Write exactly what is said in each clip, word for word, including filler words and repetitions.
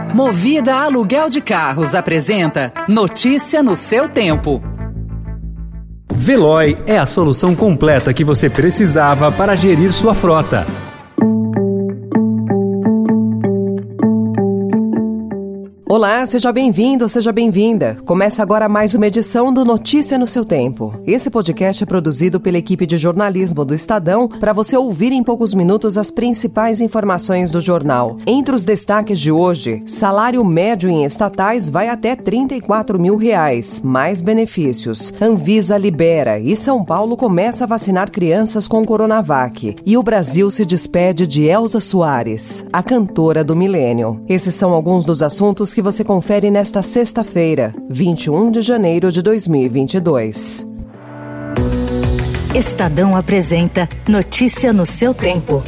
Movida Aluguel de Carros apresenta Notícia no seu tempo. Veloy é a solução completa que você precisava para gerir sua frota. Olá, seja bem-vindo, seja bem-vinda. Começa agora mais uma edição do Notícia no seu tempo. Esse podcast é produzido pela equipe de jornalismo do Estadão para você ouvir em poucos minutos as principais informações do jornal. Entre os destaques de hoje, salário médio em estatais vai até trinta e quatro mil reais, mais benefícios. Anvisa libera e São Paulo começa a vacinar crianças com Coronavac. E o Brasil se despede de Elza Soares, a cantora do milênio. Esses são alguns dos assuntos que você confere nesta sexta-feira, vinte e um de janeiro de dois mil e vinte e dois. Estadão apresenta Notícia no seu tempo.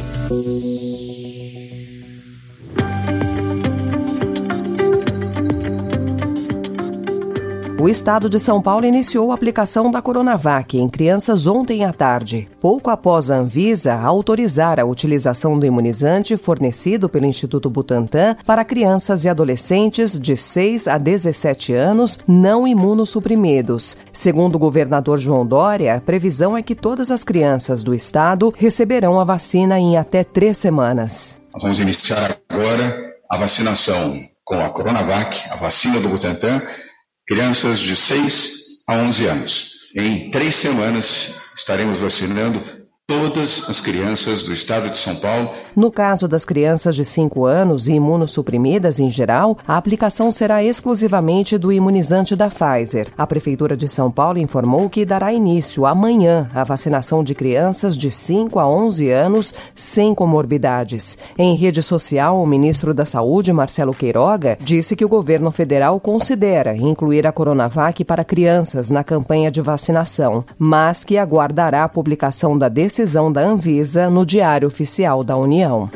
O estado de São Paulo iniciou a aplicação da Coronavac em crianças ontem à tarde, pouco após a Anvisa autorizar a utilização do imunizante fornecido pelo Instituto Butantan para crianças e adolescentes de seis a dezessete anos não imunossuprimidos. Segundo o governador João Dória, a previsão é que todas as crianças do estado receberão a vacina em até três semanas. Nós vamos iniciar agora a vacinação com a Coronavac, a vacina do Butantan, crianças de seis a onze anos. Em três semanas estaremos vacinando todas as crianças do estado de São Paulo. No caso das crianças de cinco anos e imunossuprimidas em geral, a aplicação será exclusivamente do imunizante da Pfizer. A Prefeitura de São Paulo informou que dará início amanhã à vacinação de crianças de cinco a onze anos sem comorbidades. Em rede social, o ministro da Saúde, Marcelo Queiroga, disse que o governo federal considera incluir a Coronavac para crianças na campanha de vacinação, mas que aguardará a publicação da decisão decisão da Anvisa no Diário Oficial da União.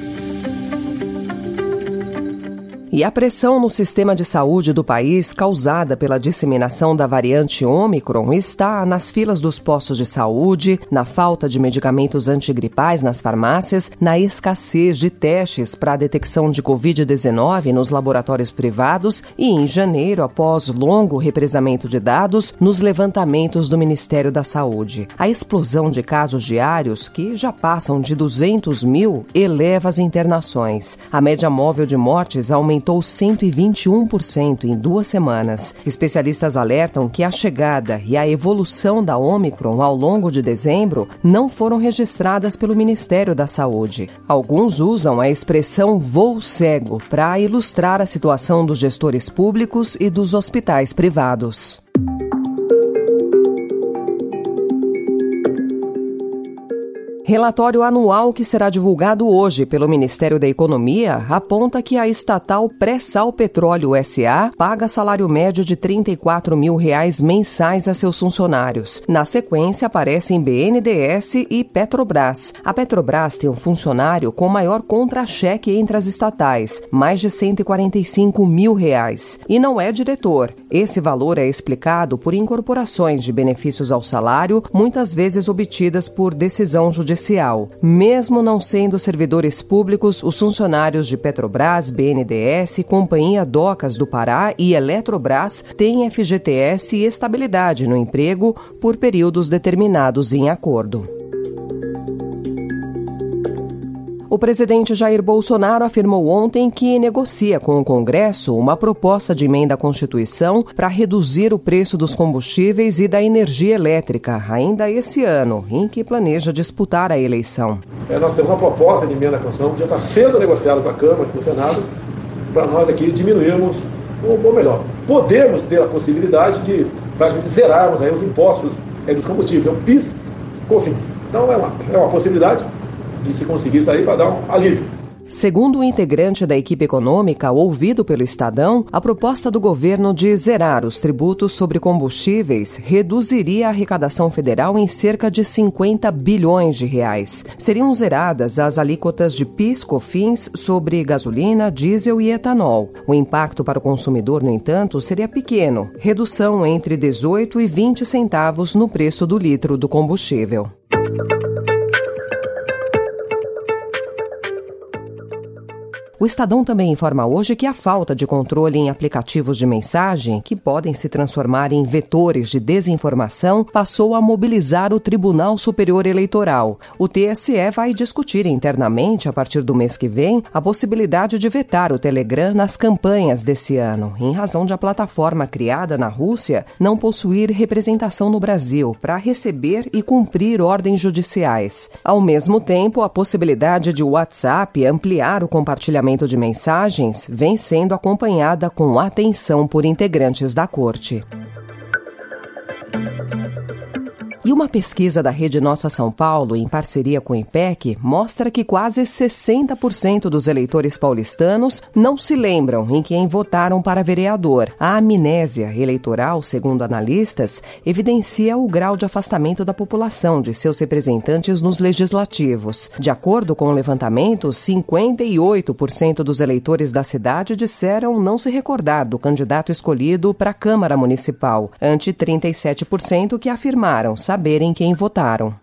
E a pressão no sistema de saúde do país, causada pela disseminação da variante Ômicron, está nas filas dos postos de saúde, na falta de medicamentos antigripais nas farmácias, na escassez de testes para a detecção de covid dezenove nos laboratórios privados e, em janeiro, após longo represamento de dados, nos levantamentos do Ministério da Saúde. A explosão de casos diários, que já passam de duzentos mil, eleva as internações. A média móvel de mortes aumentou aumentou cento e vinte e um por cento em duas semanas. Especialistas alertam que a chegada e a evolução da Ômicron ao longo de dezembro não foram registradas pelo Ministério da Saúde. Alguns usam a expressão voo cego para ilustrar a situação dos gestores públicos e dos hospitais privados. Relatório anual que será divulgado hoje pelo Ministério da Economia aponta que a estatal Pré-Sal Petróleo S A paga salário médio de trinta e quatro mil reais mensais a seus funcionários. Na sequência, aparecem B N D E S e Petrobras. A Petrobras tem um funcionário com maior contra-cheque entre as estatais, mais de cento e quarenta e cinco mil reais. E não é diretor. Esse valor é explicado por incorporações de benefícios ao salário, muitas vezes obtidas por decisão judicial. Mesmo não sendo servidores públicos, os funcionários de Petrobras, B N D E S, Companhia Docas do Pará e Eletrobras têm F G T S e estabilidade no emprego por períodos determinados em acordo. O presidente Jair Bolsonaro afirmou ontem que negocia com o Congresso uma proposta de emenda à Constituição para reduzir o preço dos combustíveis e da energia elétrica, ainda esse ano, em que planeja disputar a eleição. É, nós temos uma proposta de emenda à Constituição que já está sendo negociada com a Câmara e com o Senado, para nós aqui diminuirmos, ou melhor, podermos ter a possibilidade de praticamente zerarmos aí os impostos é, dos combustíveis, é o PIS, COFINS. Então é uma, é uma possibilidade de se conseguir isso aí para dar um alívio. Segundo o integrante da equipe econômica ouvido pelo Estadão, a proposta do governo de zerar os tributos sobre combustíveis reduziria a arrecadação federal em cerca de cinquenta bilhões de reais. Seriam zeradas as alíquotas de PIS, COFINS sobre gasolina, diesel e etanol. O impacto para o consumidor, no entanto, seria pequeno, redução entre dezoito e vinte centavos no preço do litro do combustível. O Estadão também informa hoje que a falta de controle em aplicativos de mensagem, que podem se transformar em vetores de desinformação, passou a mobilizar o Tribunal Superior Eleitoral. O T S E vai discutir internamente, a partir do mês que vem, a possibilidade de vetar o Telegram nas campanhas desse ano, em razão de a plataforma criada na Rússia não possuir representação no Brasil para receber e cumprir ordens judiciais. Ao mesmo tempo, a possibilidade de o WhatsApp ampliar o compartilhamento de mensagens vem sendo acompanhada com atenção por integrantes da Corte. E uma pesquisa da Rede Nossa São Paulo, em parceria com o I P E C, mostra que quase sessenta por cento dos eleitores paulistanos não se lembram em quem votaram para vereador. A amnésia eleitoral, segundo analistas, evidencia o grau de afastamento da população de seus representantes nos legislativos. De acordo com o levantamento, cinquenta e oito por cento dos eleitores da cidade disseram não se recordar do candidato escolhido para a Câmara Municipal, ante trinta e sete por cento que afirmaram saberem quem votaram.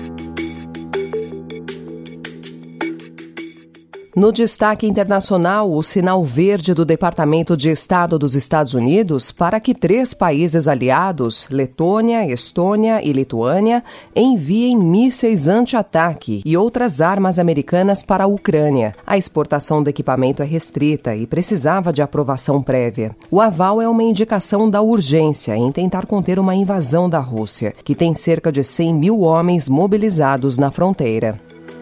No destaque internacional, o sinal verde do Departamento de Estado dos Estados Unidos para que três países aliados, Letônia, Estônia e Lituânia, enviem mísseis anti-ataque e outras armas americanas para a Ucrânia. A exportação do equipamento é restrita e precisava de aprovação prévia. O aval é uma indicação da urgência em tentar conter uma invasão da Rússia, que tem cerca de cem mil homens mobilizados na fronteira.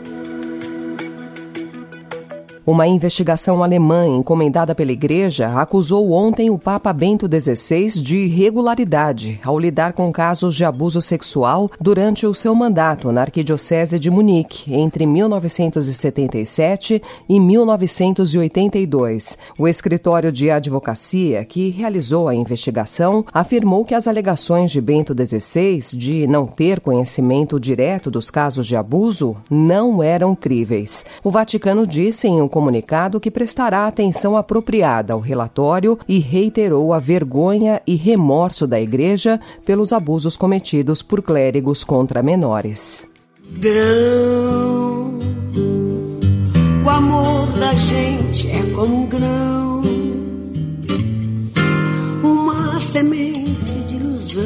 Uma investigação alemã encomendada pela Igreja acusou ontem o Papa Bento dezesseis de irregularidade ao lidar com casos de abuso sexual durante o seu mandato na Arquidiocese de Munique, entre mil novecentos e setenta e sete e mil novecentos e oitenta e dois. O escritório de advocacia que realizou a investigação afirmou que as alegações de Bento dezesseis de não ter conhecimento direto dos casos de abuso não eram críveis. O Vaticano disse em um comunicado que prestará atenção apropriada ao relatório e reiterou a vergonha e remorso da Igreja pelos abusos cometidos por clérigos contra menores. Grão, o amor da gente é como um grão, uma semente de ilusão.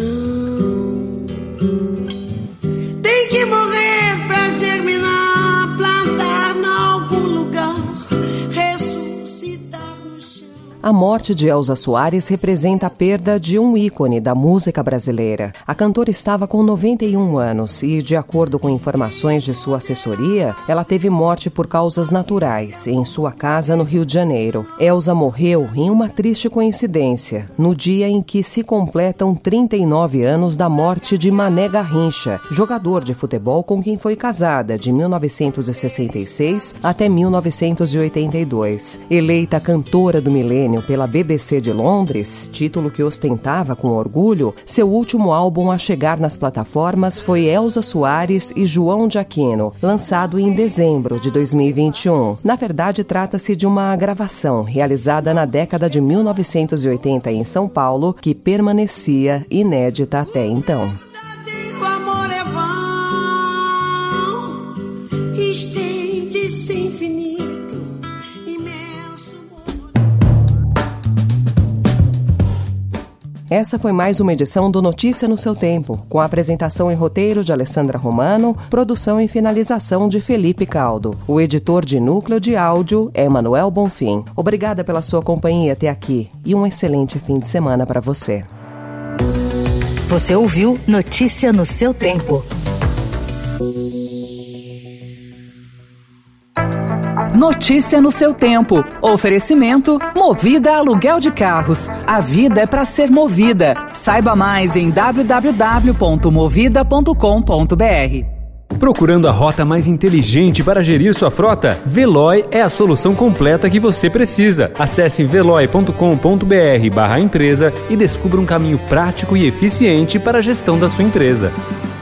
Tem que morrer pra germinar, plantar em algum lugar, ressuscitar no chão. A morte de Elza Soares representa a perda de um ícone da música brasileira. A cantora estava com noventa e um anos e, de acordo com informações de sua assessoria, ela teve morte por causas naturais em sua casa no Rio de Janeiro. Elza morreu em uma triste coincidência, no dia em que se completam trinta e nove anos da morte de Mané Garrincha, jogador de futebol com quem foi casada de mil novecentos e sessenta e seis até mil novecentos e oitenta e dois. Eleita cantora do milênio pela B B C de Londres, título que ostentava com orgulho, seu último álbum a chegar nas plataformas foi Elza Soares e João de Aquino, lançado em dezembro de dois mil e vinte e um. Na verdade, trata-se de uma gravação realizada na década de mil novecentos e oitenta em São Paulo, que permanecia inédita até então. O amor é vão, estende-se infinito, imenso. Essa foi mais uma edição do Notícia no seu Tempo, com a apresentação e roteiro de Alessandra Romano, produção e finalização de Felipe Caldo. O editor de núcleo de áudio é Manuel Bonfim. Obrigada pela sua companhia até aqui e um excelente fim de semana para você. Você ouviu Notícia no seu Tempo. Notícia no seu tempo. Oferecimento Movida Aluguel de Carros. A vida é para ser movida. Saiba mais em w w w ponto movida ponto com ponto b r. Procurando a rota mais inteligente para gerir sua frota? Veloy é a solução completa que você precisa. Acesse veloy ponto com ponto b r barra empresa e descubra um caminho prático e eficiente para a gestão da sua empresa.